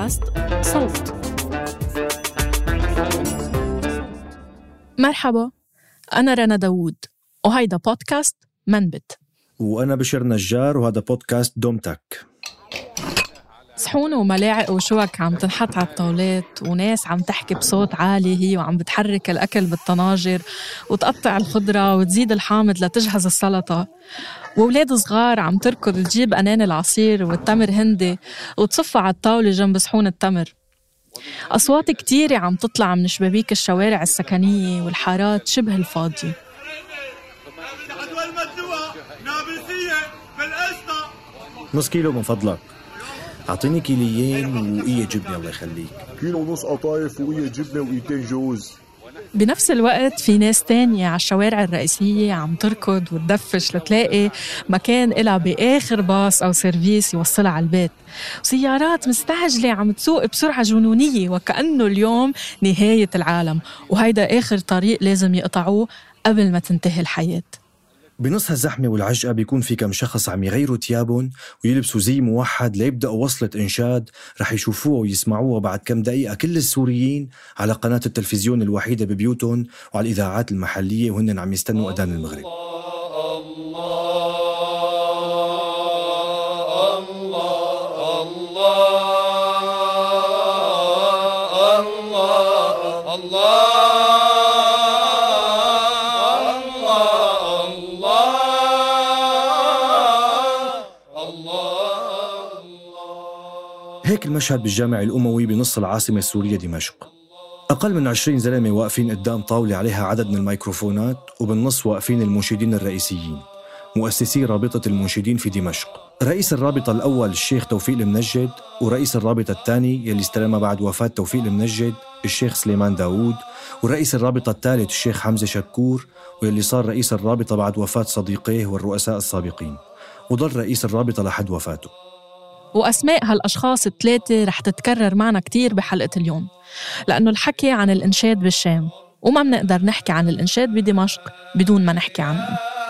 بودكاست صوت. مرحبا، أنا رنا داوود وهيدا بودكاست منبت. وأنا بشر نجار وهذا بودكاست دومتك. صحون وملاعق وشوك عم تنحط على الطاولات، وناس عم تحكي بصوت عالي هي وعم بتحرك الأكل بالطناجر وتقطع الخضرة وتزيد الحامض لتجهز السلطة، وولاد صغار عم تركض تجيب أنان العصير والتمر هندي وتصفها على الطاولة جنب صحون التمر. أصوات كتيرة عم تطلع من شبابيك الشوارع السكنية والحارات شبه الفاضية. نص كيلو من فضلك، أعطيني كيليين وقية جبنة الله يخليك. كيلو ونص قطايف وقية جبنة وقيتين جوز. بنفس الوقت في ناس تانية على الشوارع الرئيسية عم تركض وتدفش لتلاقي مكان إلها بآخر باص أو سيرفيس يوصلها على البيت، وسيارات مستعجلة عم تسوق بسرعة جنونية وكأنه اليوم نهاية العالم، وهيدا آخر طريق لازم يقطعوه قبل ما تنتهي الحياة. بنص هالزحمة والعجقة بيكون في كم شخص عم يغيروا تيابهم ويلبسوا زي موحد ليبدأوا وصلة إنشاد رح يشوفوها ويسمعوها بعد كم دقيقة كل السوريين على قناة التلفزيون الوحيدة ببيوتهم وعلى الإذاعات المحلية وهن عم يستنوا أذان المغرب. هيك المشهد بالجامع الأموي بنص العاصمة السورية دمشق. أقل من 20 زلمة واقفين قدام طاولة عليها عدد من الميكروفونات، وبالنص واقفين المنشدين الرئيسيين مؤسسي رابطة المنشدين في دمشق. رئيس الرابطة الأول الشيخ توفيق المنجد، ورئيس الرابطة الثاني يلي استلمها بعد وفاة توفيق المنجد الشيخ سليمان داوود، ورئيس الرابطة الثالث الشيخ حمزة شكور، ويلي صار رئيس الرابطة بعد وفاة صديقيه والرؤساء السابقين، وظل رئيس الرابطة لحد وفاته. وأسماء هالأشخاص الثلاثة رح تتكرر معنا كتير بحلقة اليوم، لأنه الحكي عن الإنشاد بالشام، وما منقدر نحكي عن الإنشاد بدمشق بدون ما نحكي عنه.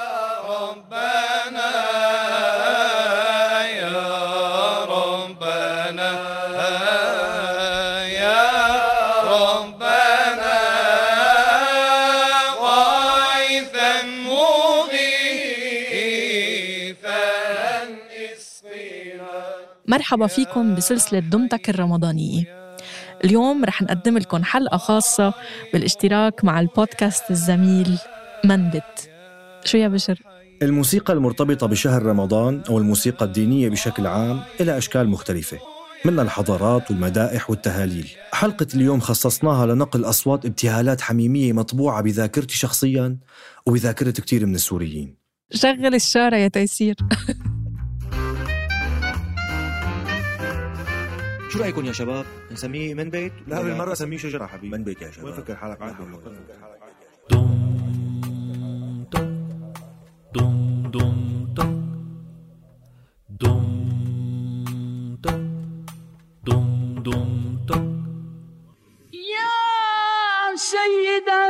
مرحبا فيكم بسلسلة دومتك الرمضانية. اليوم رح نقدم لكم حلقة خاصة بالاشتراك مع البودكاست الزميل منبت. شو يا بشر؟ الموسيقى المرتبطة بشهر رمضان أو الموسيقى الدينية بشكل عام إلى أشكال مختلفة، منها الحضارات والمدائح والتهاليل. حلقة اليوم خصصناها لنقل أصوات ابتهالات حميمية مطبوعة بذاكرتي شخصياً وبذاكرة كتير من السوريين. شغل الشارع يا تيسير. شو رأيكم يا شباب؟ نسميه من بيت؟ لا بالمرة سميه شجرة حبيبي. من بيت يا شباب. وين فكر حالك معك؟ يا سيدا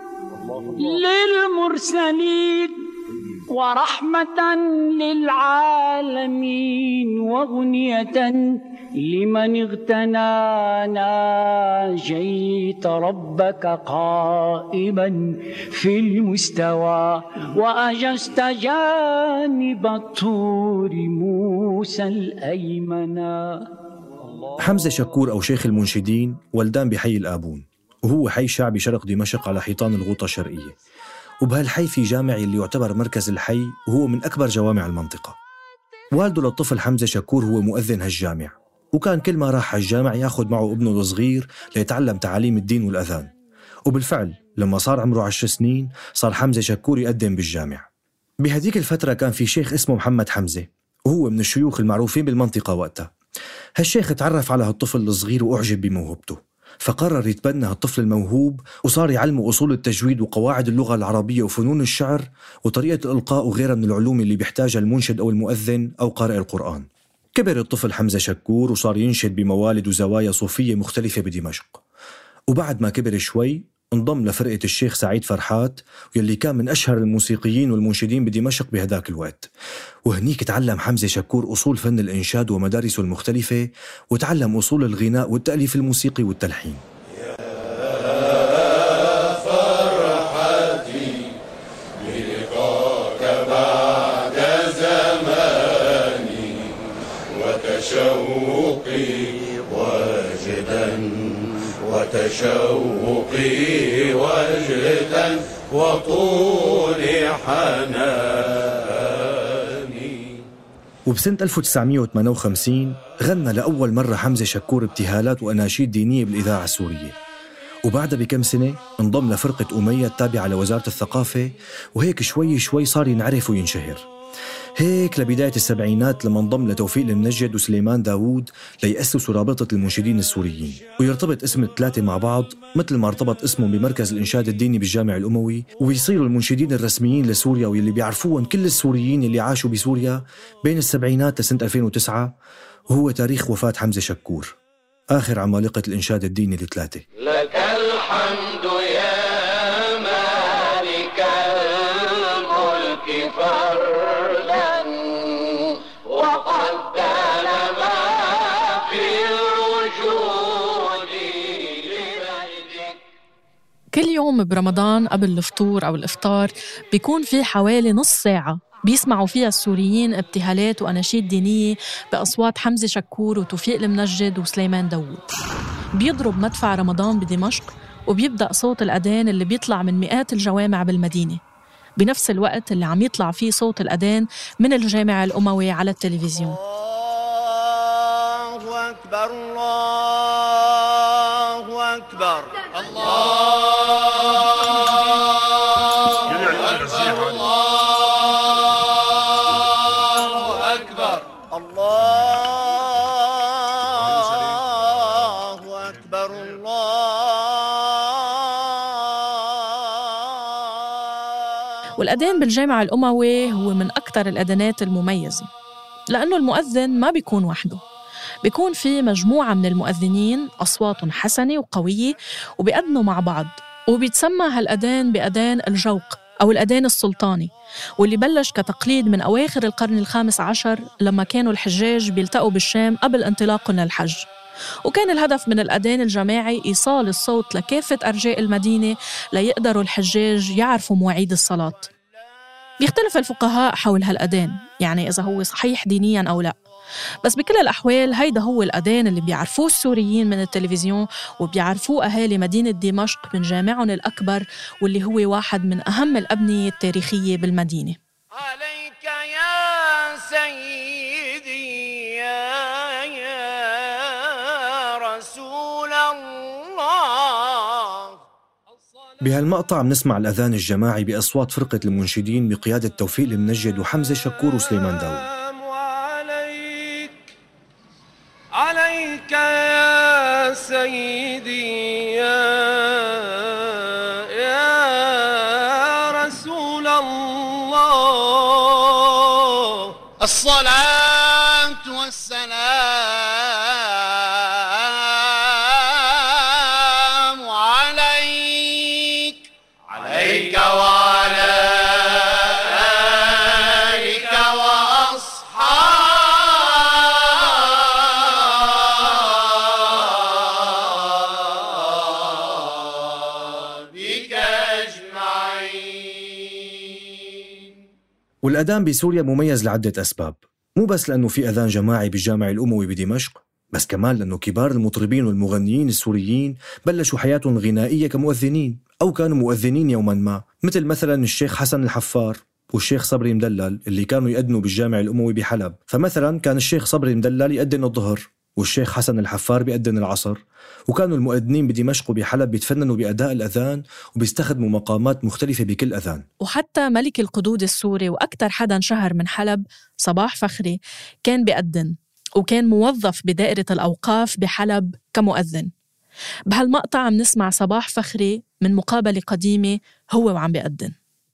للمرسلين ورحمة للعالمين وغنية لمن اغتنانا، جيت ربك قائما في المستوى وأجست جانب الطور موسى الأيمنا. حمزة شكور أو شيخ المنشدين ولدان بحي الآبون، وهو حي شعبي شرق دمشق على حيطان الغوطة الشرقية، وبهالحي في جامع اللي يعتبر مركز الحي وهو من أكبر جوامع المنطقة. والده للطفل حمزة شكور هو مؤذن هالجامع، وكان كل ما راح هالجامع ياخد معه ابنه الصغير ليتعلم تعاليم الدين والأذان. وبالفعل لما صار عمره 10 سنين صار حمزة شكور يقدم بالجامع. بهديك الفترة كان في شيخ اسمه محمد حمزة، وهو من الشيوخ المعروفين بالمنطقة وقتها. هالشيخ تعرف على هالطفل الصغير وأعجب بموهبته، فقرر يتبنى هالطفل الموهوب وصار يعلمه أصول التجويد وقواعد اللغة العربية وفنون الشعر وطريقة الإلقاء وغيرها من العلوم اللي بيحتاجها المنشد أو المؤذن أو قارئ القرآن. كبر الطفل حمزة شكور وصار ينشد بموالد وزوايا صوفية مختلفة بدمشق. وبعد ما كبر شوي انضم لفرقة الشيخ سعيد فرحات واللي كان من أشهر الموسيقيين والمنشدين بدمشق بهداك الوقت. وهنيك تعلم حمزة شكور أصول فن الإنشاد ومدارسه المختلفة، وتعلم أصول الغناء والتأليف الموسيقي والتلحين. وتشوقي وجدا وطول حناني. وبسنة 1958 غنى لأول مرة حمزة شكور ابتهالات وأناشيد دينية بالإذاعة السورية، وبعدها بكم سنة انضم لفرقة أمية التابعة لوزارة الثقافة، وهيك شوي شوي صار ينعرف وينشهر. هيك لبداية السبعينات لما انضم لتوفيق المنجد وسليمان داوود ليأسسوا رابطة المنشدين السوريين، ويرتبط اسم الثلاثة مع بعض مثل ما ارتبط اسمهم بمركز الإنشاد الديني بالجامع الأموي، ويصيروا المنشدين الرسميين لسوريا واللي بيعرفوهم كل السوريين اللي عاشوا بسوريا بين السبعينات لسنة 2009، وهو تاريخ وفاة حمزة شكور آخر عمالقة الإنشاد الديني الثلاثة. لك الحمد يا مالك الملك فردا وقدر ما في الوجود لمجدك. كل يوم برمضان قبل الفطور أو الإفطار بيكون في حوالي نص ساعة بيسمعوا فيها السوريين ابتهالات وأناشيد دينية بأصوات حمزة شكور وتوفيق المنجد وسليمان داوود. بيضرب مدفع رمضان بدمشق وبيبدأ صوت الأذان اللي بيطلع من مئات الجوامع بالمدينة بنفس الوقت اللي عم يطلع فيه صوت الأذان من الجامع الأموي على التلفزيون. الله أكبر الله أكبر الله أكبر الله أكبر والأذان بالجامع الأموي هو من أكثر الأذانات المميزة لأنه المؤذن ما بيكون وحده، بيكون في مجموعة من المؤذنين أصواتهم حسنة وقوية وبيأذنوا مع بعض، وبيتسمى هالأذان بأذان الجوق أو الأذان السلطاني، واللي بلش كتقليد من أواخر القرن ال15 لما كانوا الحجاج بيلتقوا بالشام قبل انطلاقهم للحج. وكان الهدف من الأذان الجماعي إيصال الصوت لكافة أرجاء المدينة ليقدروا الحجاج يعرفوا مواعيد الصلاة. بيختلف الفقهاء حول هالأذان، يعني إذا هو صحيح دينياً أو لا، بس بكل الأحوال هيدا هو الأذان اللي بيعرفوه السوريين من التلفزيون وبيعرفوه أهالي مدينة دمشق من جامعهم الأكبر واللي هو واحد من أهم الأبنية التاريخية بالمدينة. عليك يا سيدي يا رسول الله. بهالمقطع بنسمع الأذان الجماعي بأصوات فرقة المنشدين بقيادة توفيق المنجد وحمزة شكور وسليمان داوود. عليك يا سيدي يا رسول الله. الصلاة والسلام عليك وعلى آلك وأصحابك أجمعين. والأذان بسوريا مميز لعدة أسباب، مو بس لأنه في أذان جماعي بالجامع الأموي بدمشق، بس كمان لأنه كبار المطربين والمغنيين السوريين بلشوا حياتهم الغنائية كمؤذنين أو كانوا مؤذنين يوما ما، مثلا الشيخ حسن الحفار والشيخ صبري مدلل اللي كانوا يأذنوا بالجامع الأموي بحلب. فمثلا كان الشيخ صبري مدلل يأذن الظهر والشيخ حسن الحفار بيأذن العصر، وكانوا المؤذنين بدمشق وبحلب بيتفننوا بأداء الأذان وبيستخدموا مقامات مختلفة بكل أذان. وحتى ملك القدود السوري وأكثر حدا انشهر من حلب صباح فخري كان بيأذن وكان موظف بدائرة الأوقاف بحلب كمؤذن. بهالمقطع عم نسمع صباح فخري من مقابلة قديمة هو وعم بيأذن.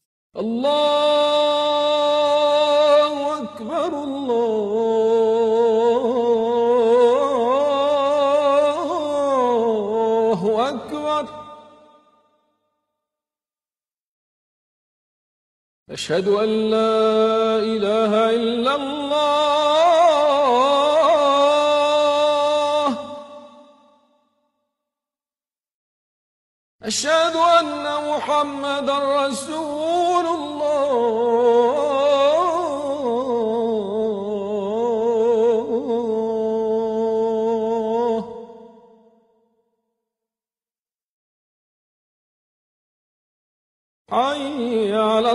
الله أكبر الله أكبر أشهد أن لا إله إلا الله أشهد أن محمدا رسول الله حي على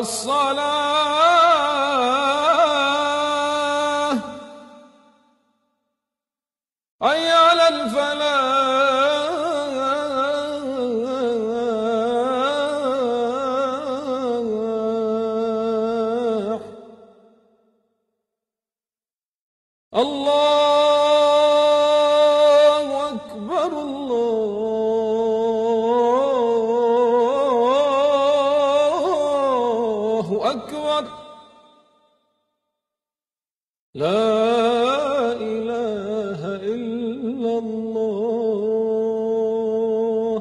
الصلاة حي على الفلاح الله أكبر الله أكبر لا إله إلا الله.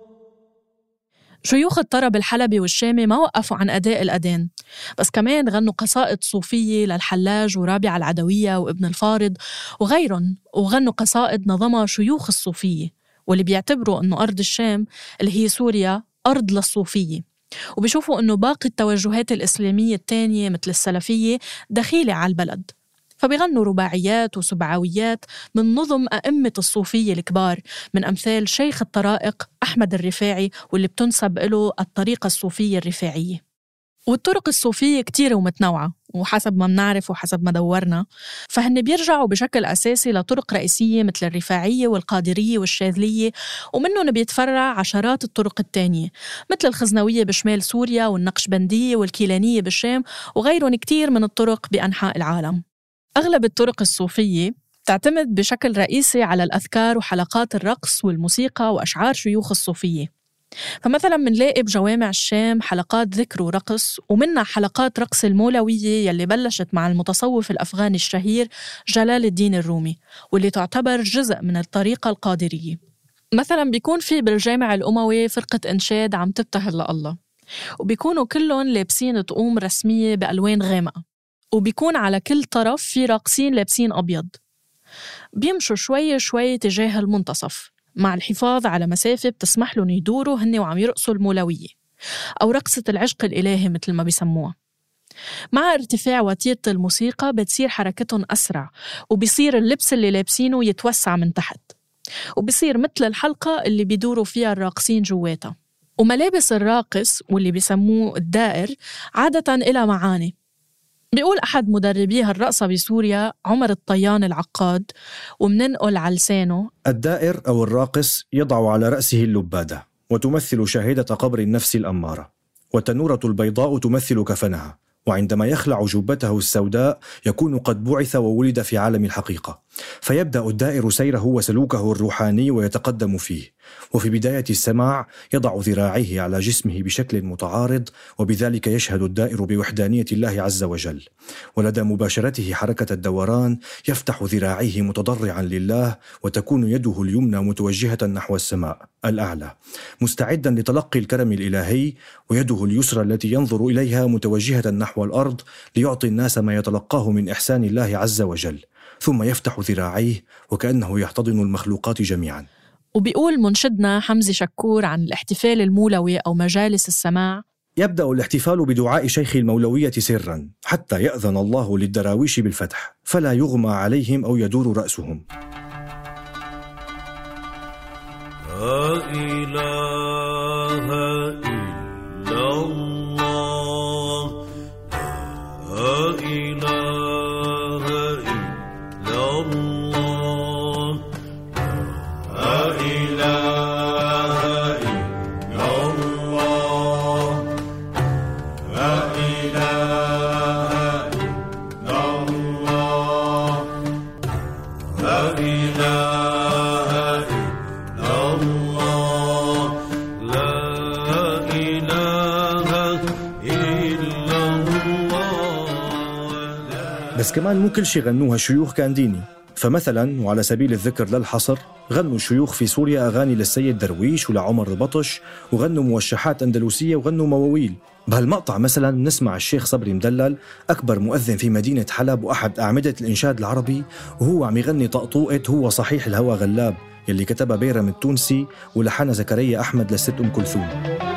شيوخ الطرب الحلبي والشامي ما وقفوا عن أداء الأذان، بس كمان غنوا قصائد صوفية للحلاج ورابعة العدوية وابن الفارض وغيرهم، وغنوا قصائد نظمها شيوخ الصوفية واللي بيعتبروا أنه أرض الشام اللي هي سوريا أرض للصوفية، وبيشوفوا أنه باقي التوجهات الإسلامية التانية مثل السلفية دخيلة على البلد، فبيغنوا رباعيات وسبعويات من نظم أئمة الصوفية الكبار من أمثال شيخ الطرائق أحمد الرفاعي واللي بتنسب له الطريقة الصوفية الرفاعية. والطرق الصوفية كتيرة ومتنوعة، وحسب ما منعرف وحسب ما دورنا فهن بيرجعوا بشكل أساسي لطرق رئيسية مثل الرفاعية والقادرية والشاذلية، ومنهم بيتفرع عشرات الطرق التانية مثل الخزنوية بشمال سوريا والنقشبندية والكيلانية بالشام وغيرهم كتير من الطرق بأنحاء العالم. أغلب الطرق الصوفية تعتمد بشكل رئيسي على الأذكار وحلقات الرقص والموسيقى وأشعار شيوخ الصوفية. فمثلا منلاقي بجوامع الشام حلقات ذكر ورقص، ومنها حلقات رقص المولوية يلي بلشت مع المتصوف الأفغاني الشهير جلال الدين الرومي واللي تعتبر جزء من الطريقة القادرية. مثلا بيكون في بالجامع الأموي فرقة إنشاد عم تبتهل لله، وبيكونوا كلهم لابسين طقوم رسمية بألوان غامقة، وبيكون على كل طرف في راقصين لابسين أبيض، بيمشوا شوي شوي تجاه المنتصف مع الحفاظ على مسافة بتسمح لهم يدوروا هن وعم يرقصوا المولوية أو رقصة العشق الإلهي مثل ما بيسموها. مع ارتفاع وتيرة الموسيقى بتصير حركتهم أسرع، وبيصير اللبس اللي لابسينه يتوسع من تحت، وبيصير مثل الحلقة اللي بيدوروا فيها الراقصين جواتها. وملابس الراقص واللي بيسموه الدائر عادة إلى معاني. بيقول أحد مدربيها الرقصة بسوريا عمر الطيان العقاد، ومننقل على لسانه: الدائر أو الراقص يضع على رأسه اللبادة وتمثل شاهدة قبر النفس الأمارة، والتنورة البيضاء تمثل كفنها، وعندما يخلع جبته السوداء يكون قد بعث وولد في عالم الحقيقة، فيبدأ الدائر سيره وسلوكه الروحاني ويتقدم فيه. وفي بداية السماع يضع ذراعيه على جسمه بشكل متعارض، وبذلك يشهد الدائر بوحدانية الله عز وجل. ولدى مباشرته حركة الدوران يفتح ذراعيه متضرعا لله، وتكون يده اليمنى متوجهة نحو السماء الأعلى مستعدا لتلقي الكرم الإلهي، ويده اليسرى التي ينظر إليها متوجهة نحو الأرض ليعطي الناس ما يتلقاه من إحسان الله عز وجل. ثم يفتح ذراعيه وكأنه يحتضن المخلوقات جميعا. وبيقول منشدنا حمزة شكور عن الاحتفال المولوي أو مجالس السماع: يبدأ الاحتفال بدعاء شيخ المولوية سرا حتى يأذن الله للدراويش بالفتح، فلا يغمى عليهم أو يدور رأسهم. لا إله إلا الله لا إله إلا الله لا إله إلا الله لا إله إلا الله لا إله إلا الله لا إله إلا الله. بس كمان مو كل شي غنوها شيوخ كان ديني. فمثلا وعلى سبيل الذكر للحصر غنوا شيوخ في سوريا أغاني للسيد درويش ولعمر البطش، وغنوا موشحات أندلسية وغنوا مواويل. بهالمقطع مثلا نسمع الشيخ صبري مدلل أكبر مؤذن في مدينة حلب وأحد أعمدة الإنشاد العربي، وهو عم يغني طقطوقة هو صحيح الهوى غلاب يلي كتبها بيرم التونسي ولحنها زكريا أحمد للست أم كلثوم.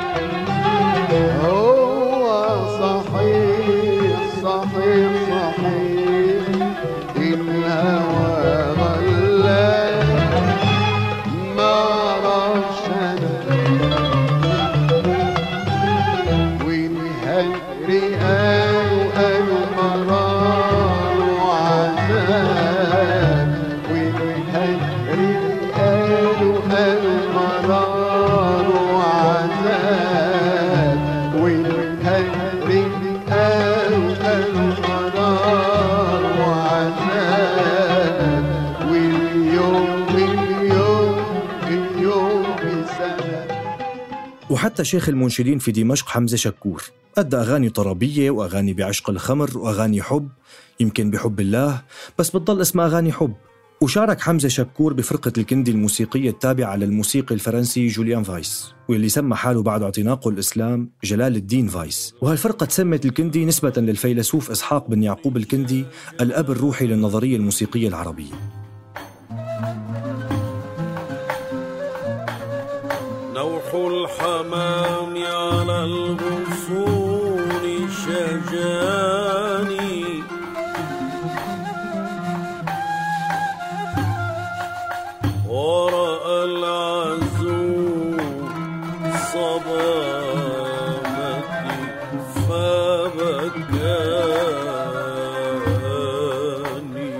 هو صحيح صحيح صحيح الهوى غلاب ما رشد والهجر قالوا مرار وعذاب والهجر قالوا مرار وعذاب والهجر قالوا مرار وعذاب واليوم بسنة. وحتى شيخ المنشدين في دمشق حمزة شكور أدى أغاني طربية وأغاني بعشق الخمر وأغاني حب، يمكن بحب الله بس بتضل اسمها أغاني حب. وشارك حمزة شكور بفرقة الكندي الموسيقية التابعة للموسيقي الفرنسي جوليان فايس، واللي سمى حاله بعد اعتناقه الإسلام جلال الدين فايس. وهالفرقة تسمت الكندي نسبة للفيلسوف إسحاق بن يعقوب الكندي الأب الروحي للنظرية الموسيقية العربية. نوح الحمام على الغصون شجاني ورأى العزو صبامتي فبكاني.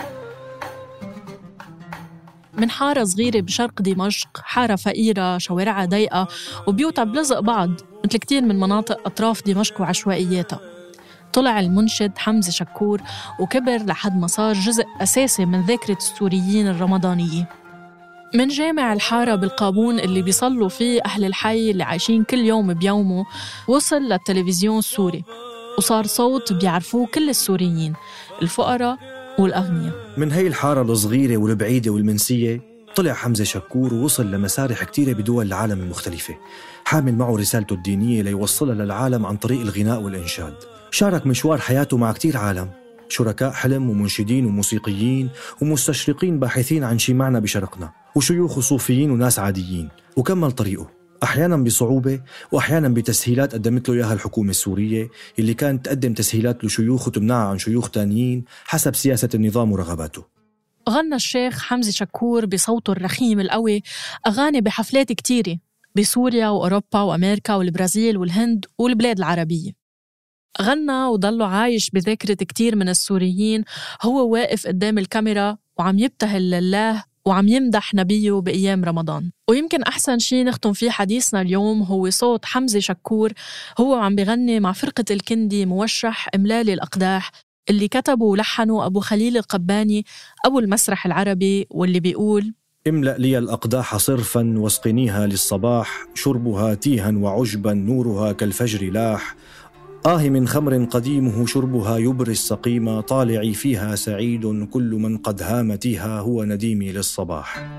من حارة صغيرة بشرق دمشق، حارة فقيرة شوارعها ضيقة وبيوتها بلزق بعض مثل كتير من مناطق أطراف دمشق وعشوائياتها، طلع المنشد حمزة شكور وكبر لحد ما صار جزء أساسي من ذاكرة السوريين الرمضانية. من جامع الحارة بالقابون اللي بيصلوا فيه أهل الحي اللي عايشين كل يوم بيومه، وصل للتلفزيون السوري وصار صوت بيعرفوه كل السوريين، الفقراء والأغنياء. من هاي الحارة الصغيرة والبعيدة والمنسية طلع حمزة شكور ووصل لمسارح كتيرة بدول العالم المختلفة، حامل معه رسالته الدينية ليوصلها للعالم عن طريق الغناء والإنشاد. شارك مشوار حياته مع كتير عالم، شركاء حلم ومنشدين وموسيقيين ومستشرقين باحثين عن شي معنى بشرقنا، وشيوخ وصوفيين وناس عاديين. وكمل طريقه أحياناً بصعوبة وأحياناً بتسهيلات قدمت له إياها الحكومة السورية، اللي كانت تقدم تسهيلات لشيوخ وتمنعها عن شيوخ تانيين حسب سياسة النظام ورغباته. غنى الشيخ حمزة شكور بصوته الرخيم القوي أغاني بحفلات كتيرة بسوريا وأوروبا وأمريكا والبرازيل والهند والبلاد العربية. غنى وضله عايش بذاكرة كتير من السوريين، هو واقف قدام الكاميرا وعم يبتهل لله وعم يمدح نبيه بأيام رمضان. ويمكن أحسن شي نختم فيه حديثنا اليوم هو صوت حمزة شكور هو عم بغني مع فرقة الكندي موشح إملالي الأقداح اللي كتبوا ولحنوا أبو خليل القباني أبو المسرح العربي، واللي بيقول: املأ لي الأقداح صرفا واسقنيها للصباح، شربها تيها وعجبا نورها كالفجر لاح، من خمر قديمه شربها يبري السقيم، طالعي فيها سعيد كل من قد هامتيها، هو نديمي للصباح.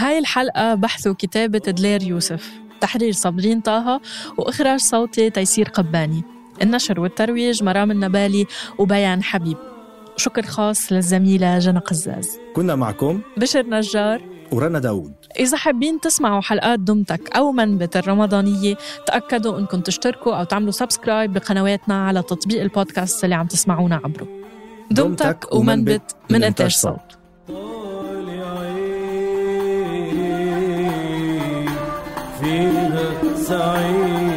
هاي الحلقة بحث وكتابة دلير يوسف، تحرير صابرين طه، وإخراج صوتي تيسير قباني، النشر والترويج مرام النبالي وبيان حبيب. شكر خاص للزميلة جنى قزاز. كنا معكم بشر نجار ورنا داود. إذا حابين تسمعوا حلقات دمتك أو منبت الرمضانية، تأكدوا أنكم تشتركوا أو تعملوا سبسكرايب بقنواتنا على تطبيق البودكاست اللي عم تسمعونا عبره. دمتك ومنبت من إنتاج صوت. فيها سعيد